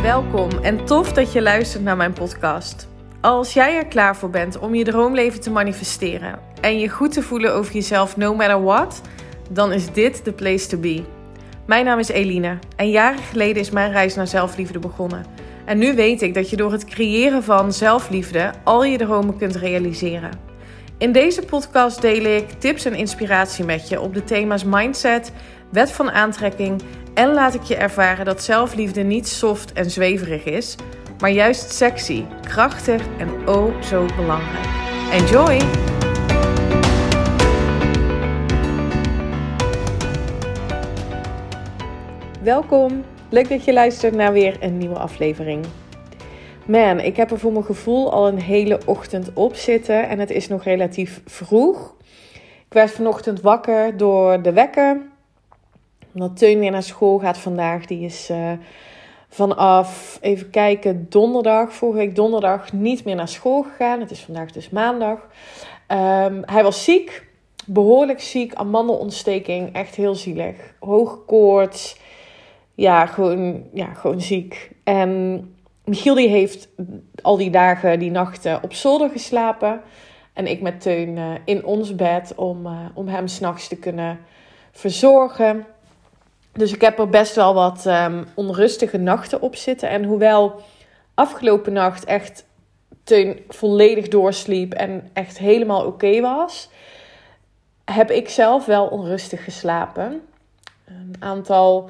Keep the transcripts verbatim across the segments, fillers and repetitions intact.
Welkom en tof dat je luistert naar mijn podcast. Als jij er klaar voor bent om je droomleven te manifesteren en je goed te voelen over jezelf no matter what, dan is dit de place to be. Mijn naam is Eline en jaren geleden is mijn reis naar zelfliefde begonnen. En nu weet ik dat je door het creëren van zelfliefde al je dromen kunt realiseren. In deze podcast deel ik tips en inspiratie met je op de thema's mindset, wet van aantrekking en laat ik je ervaren dat zelfliefde niet soft en zweverig is, maar juist sexy, krachtig en oh zo belangrijk. Enjoy! Welkom, leuk dat je luistert naar weer een nieuwe aflevering. Man, ik heb er voor mijn gevoel al een hele ochtend op zitten en het is nog relatief vroeg. Ik werd vanochtend wakker door de wekker. Omdat Teun weer naar school gaat vandaag. Die is uh, vanaf, even kijken, donderdag, vorige week donderdag niet meer naar school gegaan. Het is vandaag dus maandag. Um, hij was ziek, behoorlijk ziek, amandelontsteking, echt heel zielig. Hoge koorts, ja gewoon, ja, gewoon ziek. En Michiel die heeft al die dagen, die nachten op zolder geslapen. En ik met Teun uh, in ons bed om, uh, om hem 's nachts te kunnen verzorgen. Dus ik heb er best wel wat um, onrustige nachten op zitten. En hoewel afgelopen nacht echt Teun volledig doorsliep en echt helemaal oké okay was, heb ik zelf wel onrustig geslapen. Een aantal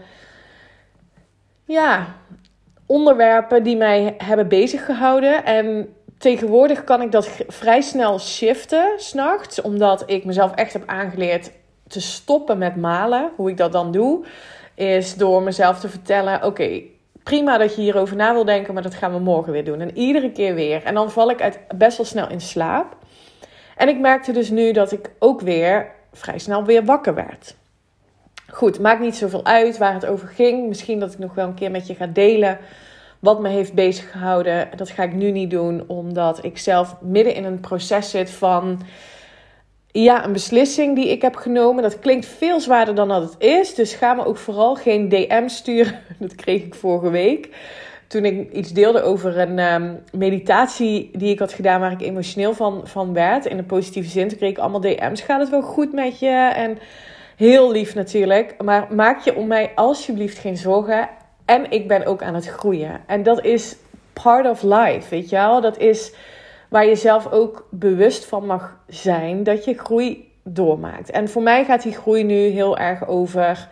ja, onderwerpen die mij hebben bezig gehouden. En tegenwoordig kan ik dat vrij snel shiften 's nachts, omdat ik mezelf echt heb aangeleerd te stoppen met malen. Hoe ik dat dan doe, is door mezelf te vertellen, oké, okay, prima dat je hierover na wil denken, maar dat gaan we morgen weer doen. En iedere keer weer. En dan val ik uit best wel snel in slaap. En ik merkte dus nu dat ik ook weer vrij snel weer wakker werd. Goed, maakt niet zoveel uit waar het over ging. Misschien dat ik nog wel een keer met je ga delen wat me heeft bezig gehouden. Dat ga ik nu niet doen, omdat ik zelf midden in een proces zit van ja, een beslissing die ik heb genomen. Dat klinkt veel zwaarder dan dat het is. Dus ga me ook vooral geen D M sturen. Dat kreeg ik vorige week. Toen ik iets deelde over een um, meditatie die ik had gedaan waar ik emotioneel van, van werd. In een positieve zin. Toen kreeg ik allemaal D M's. Gaat het wel goed met je? En heel lief natuurlijk. Maar maak je om mij alsjeblieft geen zorgen. En ik ben ook aan het groeien. En dat is part of life, weet je wel. Dat is waar je zelf ook bewust van mag zijn dat je groei doormaakt. En voor mij gaat die groei nu heel erg over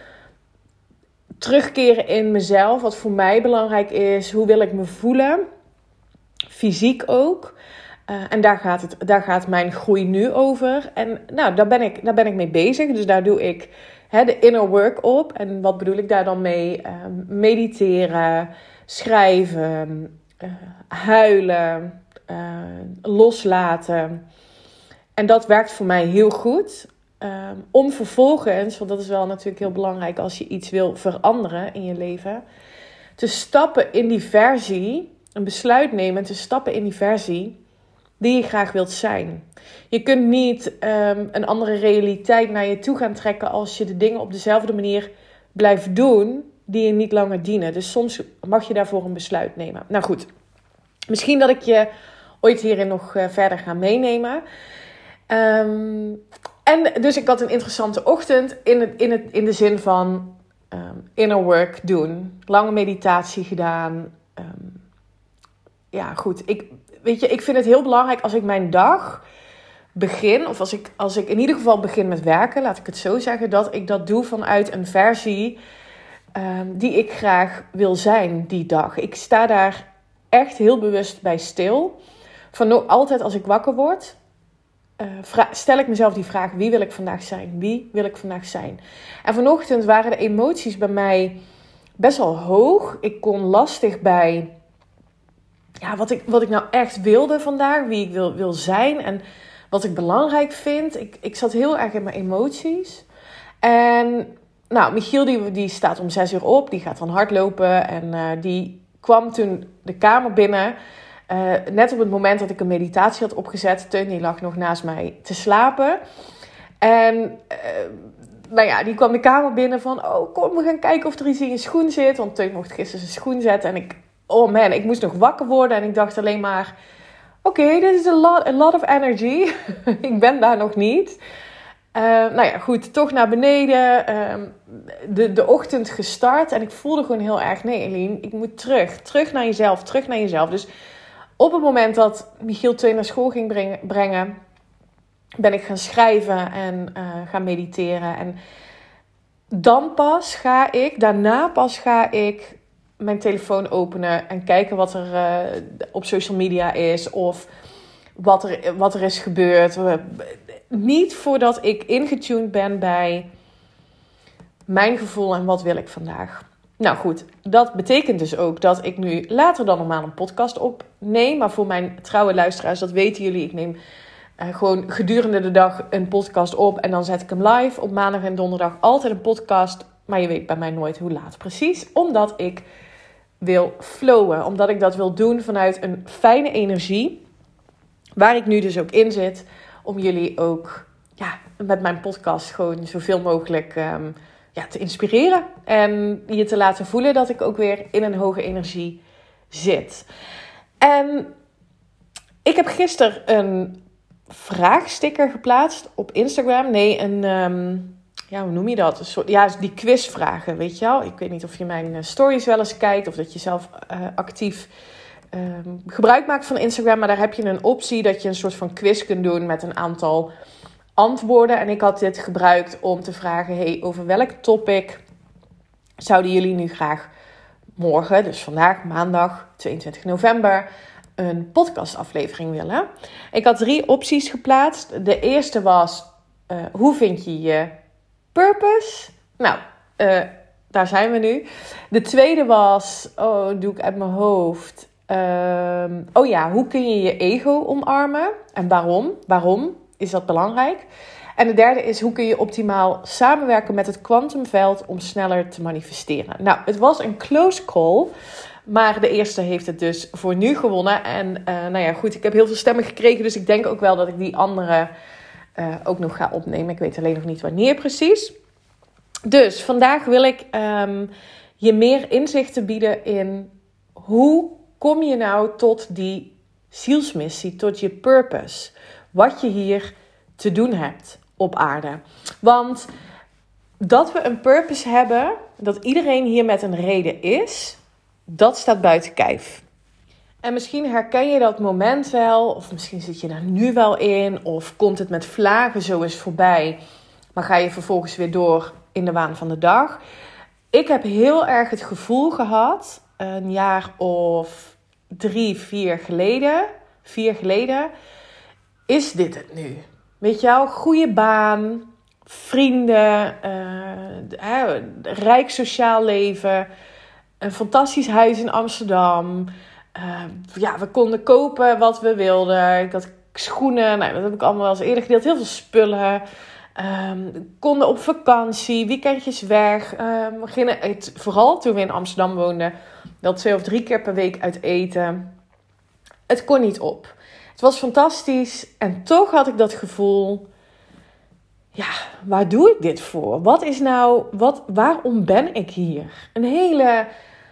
terugkeren in mezelf. Wat voor mij belangrijk is. Hoe wil ik me voelen? Fysiek ook. Uh, en daar gaat, het, daar gaat mijn groei nu over. En nou, daar ben ik, daar ben ik mee bezig. Dus daar doe ik hè, de inner work op. En wat bedoel ik daar dan mee? Uh, mediteren, schrijven, uh, huilen, Uh, loslaten. En dat werkt voor mij heel goed. Uh, om vervolgens, want dat is wel natuurlijk heel belangrijk als je iets wil veranderen in je leven, te stappen in die versie, een besluit nemen, te stappen in die versie die je graag wilt zijn. Je kunt niet um, een andere realiteit naar je toe gaan trekken als je de dingen op dezelfde manier blijft doen die je niet langer dienen. Dus soms mag je daarvoor een besluit nemen. Nou goed, misschien dat ik je ooit hierin nog uh, verder ga meenemen. Um, en dus ik had een interessante ochtend in, het, in, het, in de zin van um, inner work doen. Lange meditatie gedaan. Um, ja goed, ik, weet je, ik vind het heel belangrijk als ik mijn dag begin, of als ik, als ik in ieder geval begin met werken, laat ik het zo zeggen, dat ik dat doe vanuit een versie um, die ik graag wil zijn die dag. Ik sta daar echt heel bewust bij stil. Van altijd als ik wakker word, uh, vra- stel ik mezelf die vraag: wie wil ik vandaag zijn? Wie wil ik vandaag zijn? En vanochtend waren de emoties bij mij best wel hoog. Ik kon lastig bij ja, wat, ik, wat ik nou echt wilde vandaag, wie ik wil, wil zijn en wat ik belangrijk vind. Ik, ik zat heel erg in mijn emoties. En nou, Michiel die, die staat om zes uur op, die gaat dan hardlopen en uh, die kwam toen de kamer binnen. Uh, net op het moment dat ik een meditatie had opgezet. Teun die lag nog naast mij te slapen. En uh, nou ja, die kwam de kamer binnen van, oh kom, we gaan kijken of er iets in je schoen zit. Want Teun mocht gisteren zijn schoen zetten. En ik oh man, ik moest nog wakker worden. En ik dacht alleen maar, oké, okay, dit is a lot, a lot of energy. Ik ben daar nog niet. Uh, nou ja, goed, toch naar beneden. Uh, de, de ochtend gestart. En ik voelde gewoon heel erg, nee Eline, ik moet terug. Terug naar jezelf, terug naar jezelf. Dus op het moment dat Michiel twee naar school ging brengen, brengen ben ik gaan schrijven en uh, gaan mediteren. En dan pas ga ik, daarna pas ga ik mijn telefoon openen en kijken wat er uh, op social media is. Of wat er, wat er is gebeurd. Niet voordat ik ingetuned ben bij mijn gevoel en wat wil ik vandaag. Nou goed, dat betekent dus ook dat ik nu later dan normaal een podcast opneem. Maar voor mijn trouwe luisteraars, dat weten jullie, ik neem uh, gewoon gedurende de dag een podcast op. En dan zet ik hem live op maandag en donderdag. Altijd een podcast, maar je weet bij mij nooit hoe laat precies. Omdat ik wil flowen, omdat ik dat wil doen vanuit een fijne energie. Waar ik nu dus ook in zit, om jullie ook ja, met mijn podcast gewoon zoveel mogelijk um, ja, te inspireren. En je te laten voelen dat ik ook weer in een hoge energie zit. En ik heb gisteren een vraagsticker geplaatst op Instagram. Nee, een, um, ja, hoe noem je dat? Een soort, ja, die quizvragen, weet je wel. Ik weet niet of je mijn stories wel eens kijkt of dat je zelf uh, actief Um, gebruik maakt van Instagram, maar daar heb je een optie dat je een soort van quiz kunt doen met een aantal antwoorden. En ik had dit gebruikt om te vragen, hey, over welk topic zouden jullie nu graag morgen, dus vandaag, maandag tweeëntwintig november, een podcastaflevering willen? Ik had drie opties geplaatst. De eerste was, uh, hoe vind je je purpose? Nou, uh, daar zijn we nu. De tweede was, oh, doe ik uit mijn hoofd. Um, oh ja, hoe kun je je ego omarmen? En waarom? Waarom is dat belangrijk? En de derde is, hoe kun je optimaal samenwerken met het kwantumveld om sneller te manifesteren? Nou, het was een close call, maar de eerste heeft het dus voor nu gewonnen. En uh, nou ja, goed, ik heb heel veel stemmen gekregen, dus ik denk ook wel dat ik die andere uh, ook nog ga opnemen. Ik weet alleen nog niet wanneer precies. Dus vandaag wil ik um, je meer inzichten bieden in hoe kom je nou tot die zielsmissie, tot je purpose. Wat je hier te doen hebt op aarde. Want dat we een purpose hebben, dat iedereen hier met een reden is, dat staat buiten kijf. En misschien herken je dat moment wel, of misschien zit je daar nu wel in, of komt het met vlagen zo eens voorbij, maar ga je vervolgens weer door in de waan van de dag. Ik heb heel erg het gevoel gehad, een jaar of drie, vier geleden, vier geleden, is dit het nu? Weet je wel, goede baan, vrienden, uh, uh, rijk sociaal leven, een fantastisch huis in Amsterdam. Uh, ja, we konden kopen wat we wilden. Ik had schoenen, nou, dat heb ik allemaal wel eens eerder gedeeld. Heel veel spullen. Um, konden op vakantie, weekendjes weg. Um, we gingen het, vooral toen we in Amsterdam woonden, wel twee of drie keer per week uit eten. Het kon niet op. Het was fantastisch. En toch had ik dat gevoel, ja, waar doe ik dit voor? Wat is nou, wat, waarom ben ik hier? Een hele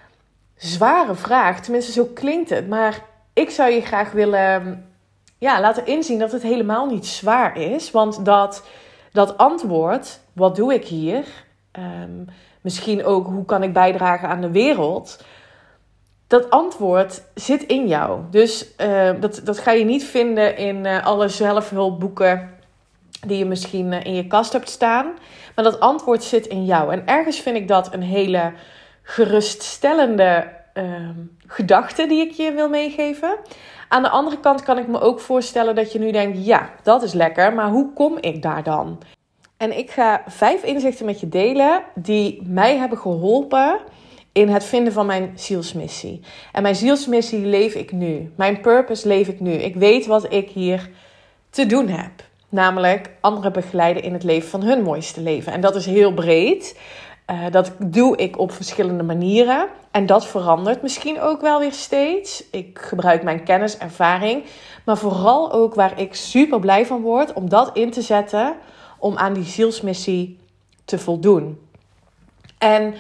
zware vraag. Tenminste, zo klinkt het. Maar ik zou je graag willen ja, laten inzien dat het helemaal niet zwaar is. Want dat, dat antwoord, wat doe ik hier? Um, misschien ook, hoe kan ik bijdragen aan de wereld? Dat antwoord zit in jou. Dus uh, dat, dat ga je niet vinden in uh, alle zelfhulpboeken die je misschien uh, in je kast hebt staan. Maar dat antwoord zit in jou. En ergens vind ik dat een hele geruststellende uh, gedachte die ik je wil meegeven. Aan de andere kant kan ik me ook voorstellen dat je nu denkt, ja, dat is lekker, maar hoe kom ik daar dan? En ik ga vijf inzichten met je delen die mij hebben geholpen in het vinden van mijn zielsmissie. En mijn zielsmissie leef ik nu. Mijn purpose leef ik nu. Ik weet wat ik hier te doen heb. Namelijk anderen begeleiden in het leven van hun mooiste leven. En dat is heel breed. Uh, dat doe ik op verschillende manieren. En dat verandert misschien ook wel weer steeds. Ik gebruik mijn kennis, ervaring. Maar vooral ook waar ik super blij van word om dat in te zetten om aan die zielsmissie te voldoen. En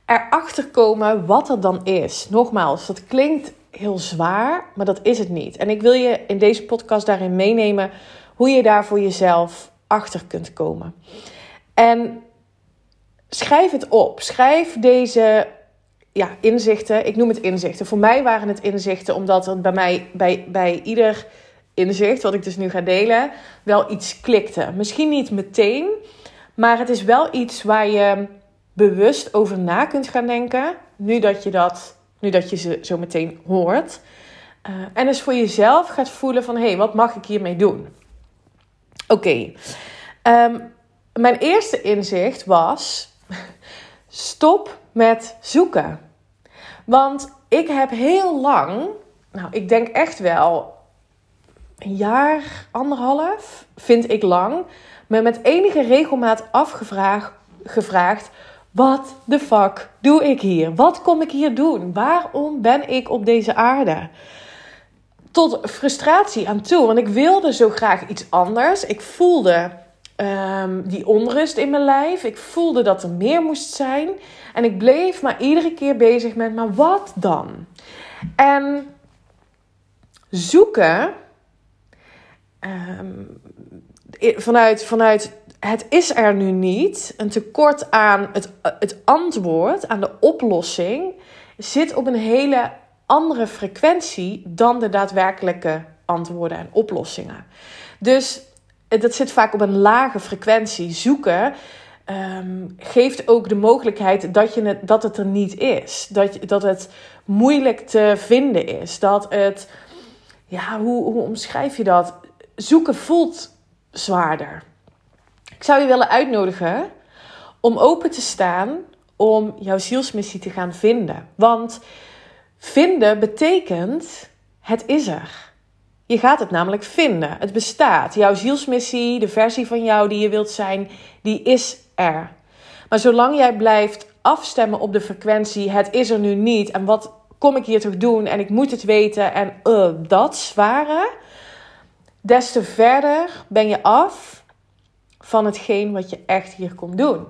erachter komen wat er dan is. Nogmaals, dat klinkt heel zwaar, maar dat is het niet. En ik wil je in deze podcast daarin meenemen hoe je daar voor jezelf achter kunt komen. En schrijf het op. Schrijf deze ja, inzichten. Ik noem het inzichten. Voor mij waren het inzichten omdat er bij mij, bij, bij ieder inzicht, wat ik dus nu ga delen, wel iets klikte. Misschien niet meteen, maar het is wel iets waar je bewust over na kunt gaan denken, nu dat je, dat, nu dat je ze zo meteen hoort. Uh, en dus voor jezelf gaat voelen van, hé, hey, wat mag ik hiermee doen? Oké, okay. um, mijn eerste inzicht was, stop met zoeken. Want ik heb heel lang, nou ik denk echt wel een jaar, anderhalf, vind ik lang, me met enige regelmaat afgevraagd, gevraagd, wat de fuck doe ik hier? Wat kom ik hier doen? Waarom ben ik op deze aarde? Tot frustratie aan toe, want ik wilde zo graag iets anders. Ik voelde um, die onrust in mijn lijf. Ik voelde dat er meer moest zijn. En ik bleef maar iedere keer bezig met, maar wat dan? En zoeken, um, vanuit, vanuit het is er nu niet, een tekort aan het, het antwoord, aan de oplossing, zit op een hele andere frequentie dan de daadwerkelijke antwoorden en oplossingen. Dus dat zit vaak op een lage frequentie. Zoeken um, geeft ook de mogelijkheid dat, je het, dat het er niet is. Dat, dat het moeilijk te vinden is. Dat het, ja, hoe, hoe omschrijf je dat? Zoeken voelt zwaarder. Ik zou je willen uitnodigen om open te staan om jouw zielsmissie te gaan vinden. Want vinden betekent, het is er. Je gaat het namelijk vinden. Het bestaat. Jouw zielsmissie, de versie van jou die je wilt zijn, die is er. Maar zolang jij blijft afstemmen op de frequentie, het is er nu niet. En wat kom ik hier toch doen? En ik moet het weten. En uh, dat zware, des te verder ben je af van hetgeen wat je echt hier komt doen.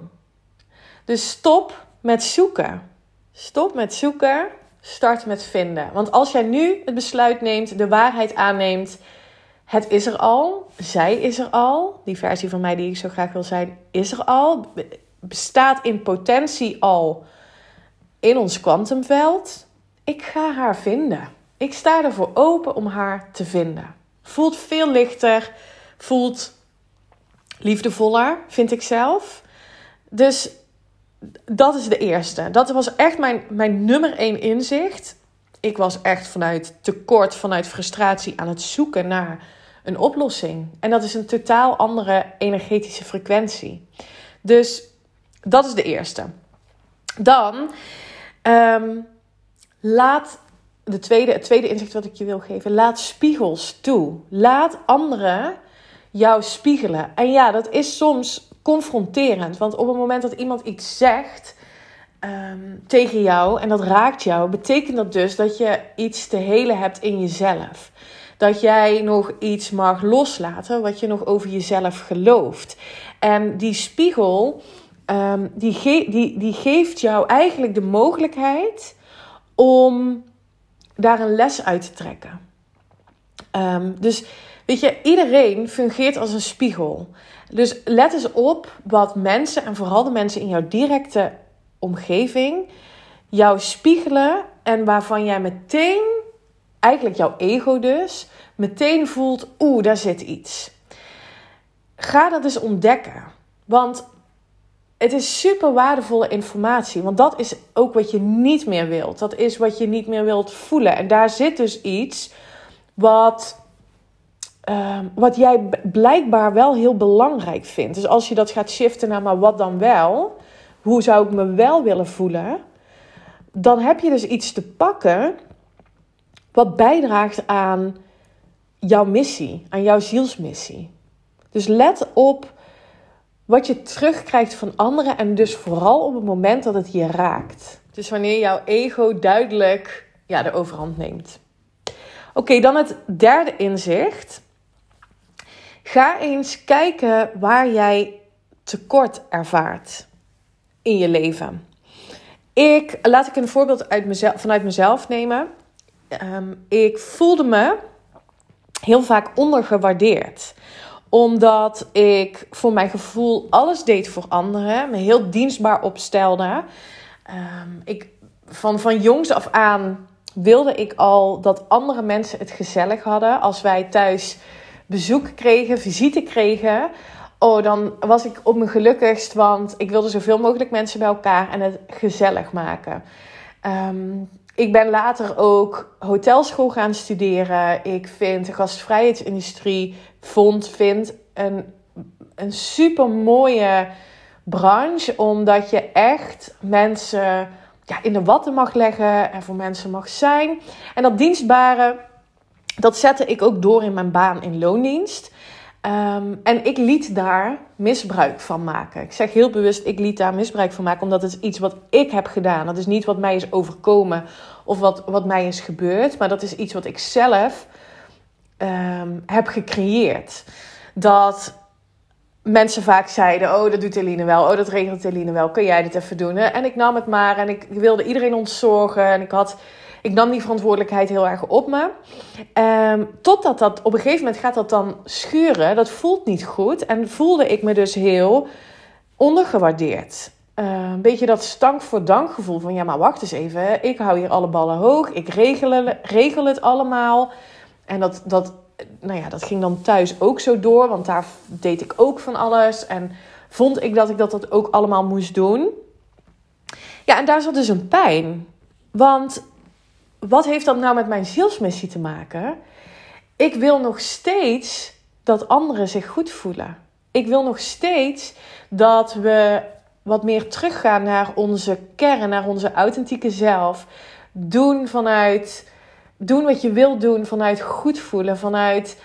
Dus stop met zoeken. Stop met zoeken. Start met vinden. Want als jij nu het besluit neemt, de waarheid aanneemt, het is er al, zij is er al, die versie van mij die ik zo graag wil zijn, is er al, bestaat in potentie al in ons kwantumveld. Ik ga haar vinden. Ik sta ervoor open om haar te vinden. Voelt veel lichter, voelt liefdevoller, vind ik zelf. Dus dat is de eerste. Dat was echt mijn, mijn nummer één inzicht. Ik was echt vanuit tekort, vanuit frustratie aan het zoeken naar een oplossing. En dat is een totaal andere energetische frequentie. Dus dat is de eerste. Dan um, laat de tweede, het tweede inzicht wat ik je wil geven. Laat spiegels toe. Laat anderen jou spiegelen. En ja, dat is soms confronterend. Want op het moment dat iemand iets zegt um, tegen jou en dat raakt jou, betekent dat dus dat je iets te helen hebt in jezelf. Dat jij nog iets mag loslaten wat je nog over jezelf gelooft. En die spiegel, um, die, ge- die, die geeft jou eigenlijk de mogelijkheid om daar een les uit te trekken. Um, dus weet je, iedereen fungeert als een spiegel. Dus let eens op wat mensen, en vooral de mensen in jouw directe omgeving, jou spiegelen en waarvan jij meteen, eigenlijk jouw ego dus, meteen voelt, oeh, daar zit iets. Ga dat eens ontdekken. Want het is super waardevolle informatie. Want dat is ook wat je niet meer wilt. Dat is wat je niet meer wilt voelen. En daar zit dus iets wat, uh, wat jij blijkbaar wel heel belangrijk vindt. Dus als je dat gaat shiften naar maar wat dan wel? Hoe zou ik me wel willen voelen? Dan heb je dus iets te pakken wat bijdraagt aan jouw missie. Aan jouw zielsmissie. Dus let op wat je terugkrijgt van anderen en dus vooral op het moment dat het je raakt. Dus wanneer jouw ego duidelijk ja, de overhand neemt. Oké, okay, dan het derde inzicht. Ga eens kijken waar jij tekort ervaart in je leven. Ik, laat ik een voorbeeld uit mezelf, vanuit mezelf nemen. Um, ik voelde me heel vaak ondergewaardeerd. Omdat ik voor mijn gevoel alles deed voor anderen. Me heel dienstbaar opstelde. Um, ik, van, van jongs af aan wilde ik al dat andere mensen het gezellig hadden. Als wij thuis bezoek kregen, visite kregen. Oh, dan was ik op mijn gelukkigst. Want ik wilde zoveel mogelijk mensen bij elkaar en het gezellig maken. Um, ik ben later ook hotelschool gaan studeren. Ik vind de gastvrijheidsindustrie, vond, vind een, een super mooie branche. Omdat je echt mensen ja, in de watten mag leggen en voor mensen mag zijn. En dat dienstbare, dat zette ik ook door in mijn baan in loondienst. Um, en ik liet daar misbruik van maken. Ik zeg heel bewust, ik liet daar misbruik van maken. Omdat het is iets wat ik heb gedaan. Dat is niet wat mij is overkomen of wat, wat mij is gebeurd. Maar dat is iets wat ik zelf um, heb gecreëerd. Dat mensen vaak zeiden, oh, dat doet Eline wel. Oh, dat regelt Eline wel. Kun jij dit even doen? Hè? En ik nam het maar en ik wilde iedereen ontzorgen. En ik had... Ik nam die verantwoordelijkheid heel erg op me. Um, totdat dat, op een gegeven moment gaat dat dan schuren. Dat voelt niet goed. En voelde ik me dus heel ondergewaardeerd. Uh, een beetje dat stank voor dank gevoel van... Ja, maar wacht eens even. Ik hou hier alle ballen hoog. Ik regel, regel het allemaal. En dat, dat, nou ja, dat ging dan thuis ook zo door. Want daar deed ik ook van alles. En vond ik dat ik dat, dat ook allemaal moest doen. Ja, en daar zat dus een pijn. Want... Wat heeft dat nou met mijn zielsmissie te maken? Ik wil nog steeds dat anderen zich goed voelen. Ik wil nog steeds dat we wat meer teruggaan naar onze kern, naar onze authentieke zelf. Doen vanuit, doen wat je wilt doen vanuit goed voelen, vanuit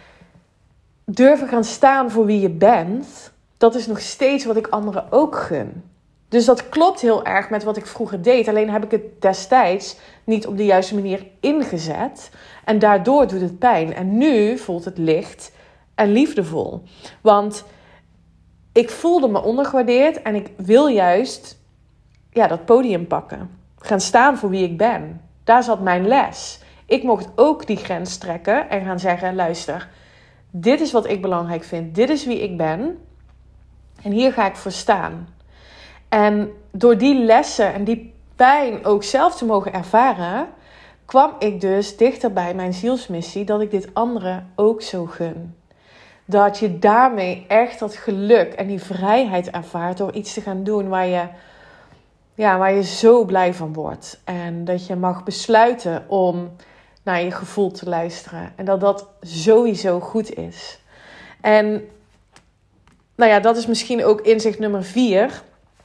durven gaan staan voor wie je bent. Dat is nog steeds wat ik anderen ook gun. Dus dat klopt heel erg met wat ik vroeger deed. Alleen heb ik het destijds niet op de juiste manier ingezet. En daardoor doet het pijn. En nu voelt het licht en liefdevol. Want ik voelde me ondergewaardeerd. En ik wil juist ja, dat podium pakken. Gaan staan voor wie ik ben. Daar zat mijn les. Ik mocht ook die grens trekken. En gaan zeggen, luister. Dit is wat ik belangrijk vind. Dit is wie ik ben. En hier ga ik voor staan. En door die lessen en die pijn ook zelf te mogen ervaren, kwam ik dus dichter bij mijn zielsmissie, dat ik dit anderen ook zo gun. Dat je daarmee echt dat geluk en die vrijheid ervaart door iets te gaan doen waar je, ja, waar je zo blij van wordt. En dat je mag besluiten om naar je gevoel te luisteren. En dat dat sowieso goed is. En nou ja, dat is misschien ook inzicht nummer vier.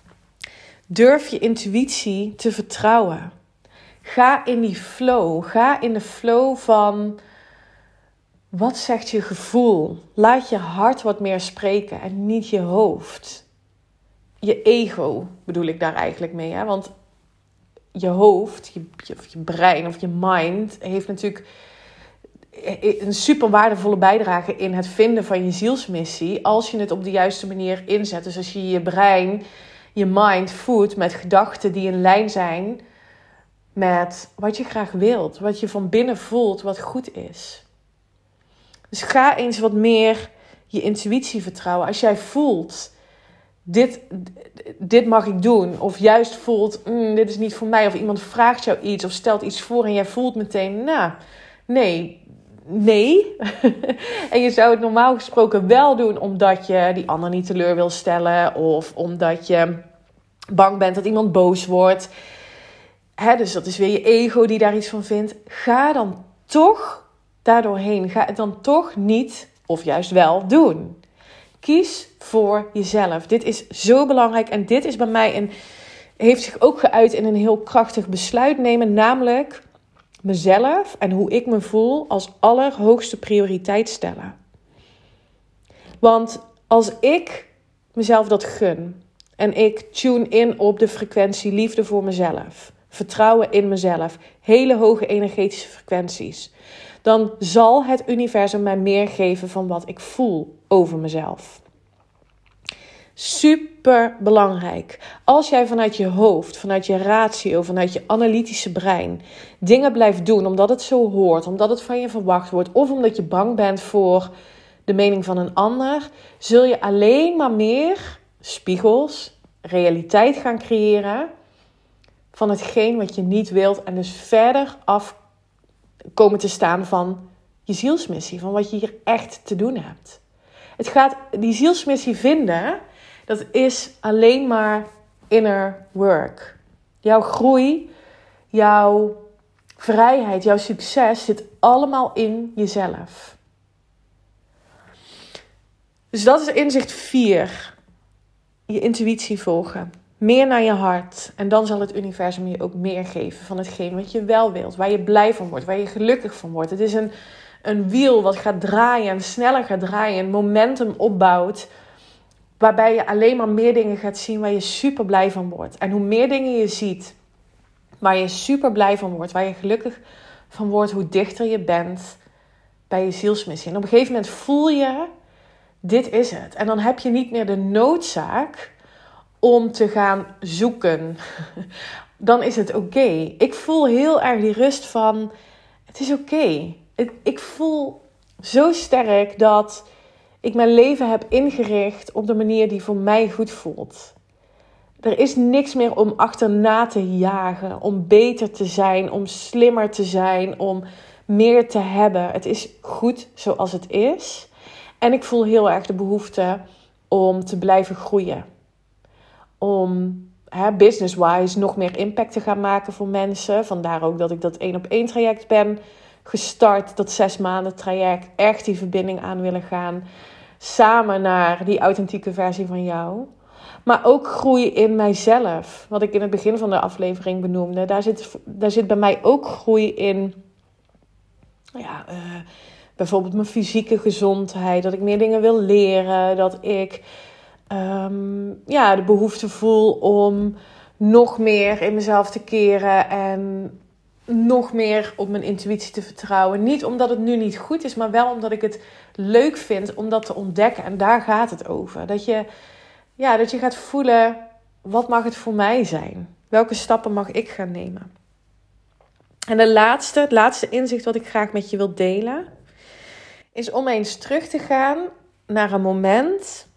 Durf je intuïtie te vertrouwen. Ga in die flow. Ga in de flow van wat zegt je gevoel. Laat je hart wat meer spreken en niet je hoofd. Je ego bedoel ik daar eigenlijk mee. Hè? Want je hoofd, je, je, je brein of je mind heeft natuurlijk een super waardevolle bijdrage in het vinden van je zielsmissie. Als je het op de juiste manier inzet. Dus als je je brein, je mind voedt met gedachten die in lijn zijn met wat je graag wilt. Wat je van binnen voelt, wat goed is. Dus ga eens wat meer je intuïtie vertrouwen. Als jij voelt, dit, dit mag ik doen. Of juist voelt, mm, dit is niet voor mij. Of iemand vraagt jou iets of stelt iets voor en jij voelt meteen, nou, nee, nee. En je zou het normaal gesproken wel doen omdat je die ander niet teleur wil stellen. Of omdat je bang bent dat iemand boos wordt. Hè, dus dat is weer je ego die daar iets van vindt. Ga dan toch daardoorheen. Ga het dan toch niet, of juist wel, doen. Kies voor jezelf. Dit is zo belangrijk. En dit is bij mij een, heeft zich ook geuit in een heel krachtig besluit nemen. Namelijk mezelf en hoe ik me voel als allerhoogste prioriteit stellen. Want als ik mezelf dat gun en ik tune in op de frequentie liefde voor mezelf, vertrouwen in mezelf, hele hoge energetische frequenties, dan zal het universum mij meer geven van wat ik voel over mezelf. Super belangrijk. Als jij vanuit je hoofd, vanuit je ratio, vanuit je analytische brein dingen blijft doen omdat het zo hoort, omdat het van je verwacht wordt of omdat je bang bent voor de mening van een ander, zul je alleen maar meer spiegels, realiteit gaan creëren van hetgeen wat je niet wilt en dus verder af komen te staan van je zielsmissie, van wat je hier echt te doen hebt. Het gaat, die zielsmissie vinden, dat is alleen maar inner work. Jouw groei, jouw vrijheid, jouw succes zit allemaal in jezelf. Dus dat is inzicht vier. Je intuïtie volgen. Meer naar je hart. En dan zal het universum je ook meer geven van hetgeen wat je wel wilt. Waar je blij van wordt. Waar je gelukkig van wordt. Het is een, een wiel wat gaat draaien. En sneller gaat draaien. Een momentum opbouwt. Waarbij je alleen maar meer dingen gaat zien waar je super blij van wordt. En hoe meer dingen je ziet waar je super blij van wordt. Waar je gelukkig van wordt. Hoe dichter je bent bij je zielsmissie. En op een gegeven moment voel je, dit is het. En dan heb je niet meer de noodzaak om te gaan zoeken. Dan is het oké. Okay. Ik voel heel erg die rust van, het is oké. Okay. Ik voel zo sterk dat ik mijn leven heb ingericht op de manier die voor mij goed voelt. Er is niks meer om achterna te jagen, om beter te zijn, om slimmer te zijn, om meer te hebben. Het is goed zoals het is. En ik voel heel erg de behoefte om te blijven groeien. Om hè, business-wise nog meer impact te gaan maken voor mensen. Vandaar ook dat ik dat één op één traject ben gestart. Dat zes maanden traject. Echt die verbinding aan willen gaan. Samen naar die authentieke versie van jou. Maar ook groei in mijzelf. Wat ik in het begin van de aflevering benoemde. Daar zit, daar zit bij mij ook groei in. Ja, uh, bijvoorbeeld mijn fysieke gezondheid. Dat ik meer dingen wil leren. Dat ik um, ja, de behoefte voel om nog meer in mezelf te keren. En nog meer op mijn intuïtie te vertrouwen. Niet omdat het nu niet goed is. Maar wel omdat ik het leuk vind om dat te ontdekken. En daar gaat het over. Dat je, ja, dat je gaat voelen, wat mag het voor mij zijn? Welke stappen mag ik gaan nemen? En de laatste, het laatste inzicht wat ik graag met je wil delen, is om eens terug te gaan naar een moment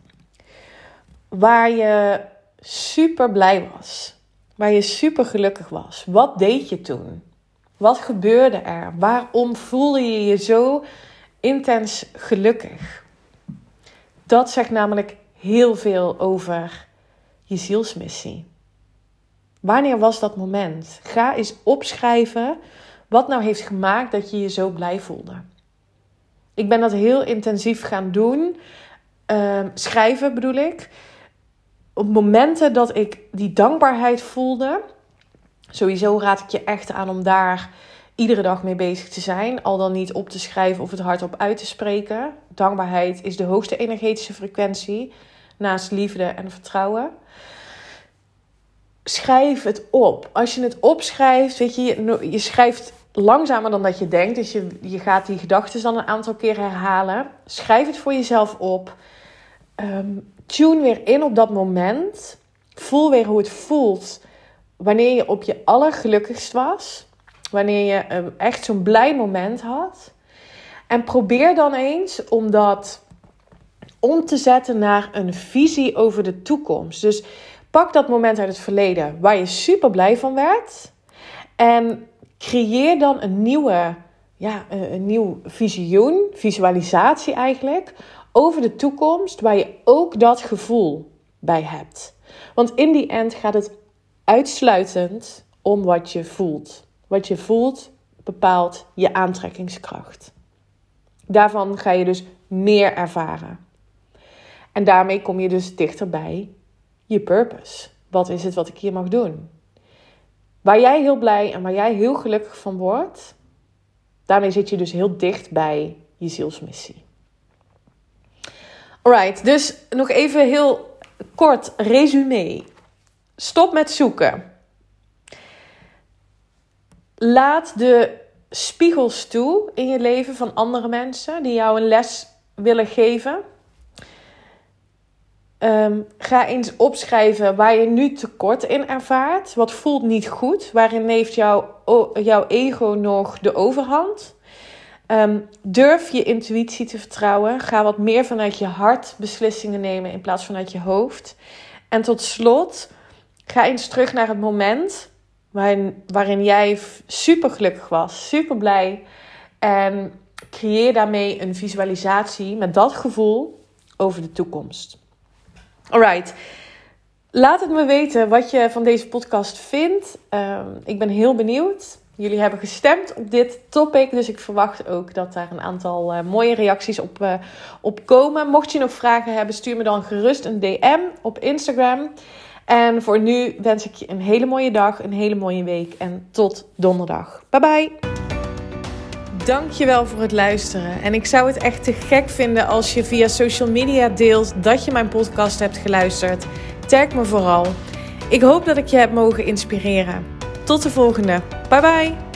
waar je super blij was. Waar je super gelukkig was. Wat deed je toen? Wat gebeurde er? Waarom voelde je je zo intens gelukkig? Dat zegt namelijk heel veel over je zielsmissie. Wanneer was dat moment? Ga eens opschrijven wat nou heeft gemaakt dat je je zo blij voelde. Ik ben dat heel intensief gaan doen. Uh, schrijven bedoel ik. Op momenten dat ik die dankbaarheid voelde. Sowieso raad ik je echt aan om daar iedere dag mee bezig te zijn. Al dan niet op te schrijven of het hardop uit te spreken. Dankbaarheid is de hoogste energetische frequentie. Naast liefde en vertrouwen. Schrijf het op. Als je het opschrijft, weet je, je, je schrijft langzamer dan dat je denkt. Dus je, je gaat die gedachten dan een aantal keer herhalen. Schrijf het voor jezelf op. Um, tune weer in op dat moment. Voel weer hoe het voelt wanneer je op je allergelukkigst was. Wanneer je um, echt zo'n blij moment had. En probeer dan eens om dat om te zetten naar een visie over de toekomst. Dus pak dat moment uit het verleden waar je super blij van werd. En creëer dan een nieuwe, ja, een nieuw visioen, visualisatie eigenlijk, over de toekomst waar je ook dat gevoel bij hebt. Want in die end gaat het uitsluitend om wat je voelt. Wat je voelt bepaalt je aantrekkingskracht. Daarvan ga je dus meer ervaren. En daarmee kom je dus dichterbij je purpose. Wat is het wat ik hier mag doen? Waar jij heel blij en waar jij heel gelukkig van wordt, daarmee zit je dus heel dicht bij je zielsmissie. Alright, dus nog even heel kort resume. Stop met zoeken. Laat de spiegels toe in je leven van andere mensen die jou een les willen geven. Um, ga eens opschrijven waar je nu tekort in ervaart. Wat voelt niet goed? Waarin heeft jouw, jouw ego nog de overhand? Um, durf je intuïtie te vertrouwen. Ga wat meer vanuit je hart beslissingen nemen in plaats van uit je hoofd. En tot slot, ga eens terug naar het moment waarin, waarin jij super gelukkig was, super blij. En creëer daarmee een visualisatie met dat gevoel over de toekomst. Alright, laat het me weten wat je van deze podcast vindt. Um, ik ben heel benieuwd. Jullie hebben gestemd op dit topic, dus ik verwacht ook dat daar een aantal uh, mooie reacties op, uh, op komen. Mocht je nog vragen hebben, stuur me dan gerust een D M op Instagram. En voor nu wens ik je een hele mooie dag, een hele mooie week en tot donderdag. Bye bye! Dankjewel voor het luisteren. En ik zou het echt te gek vinden als je via social media deelt dat je mijn podcast hebt geluisterd. Tag me vooral. Ik hoop dat ik je heb mogen inspireren. Tot de volgende. Bye bye!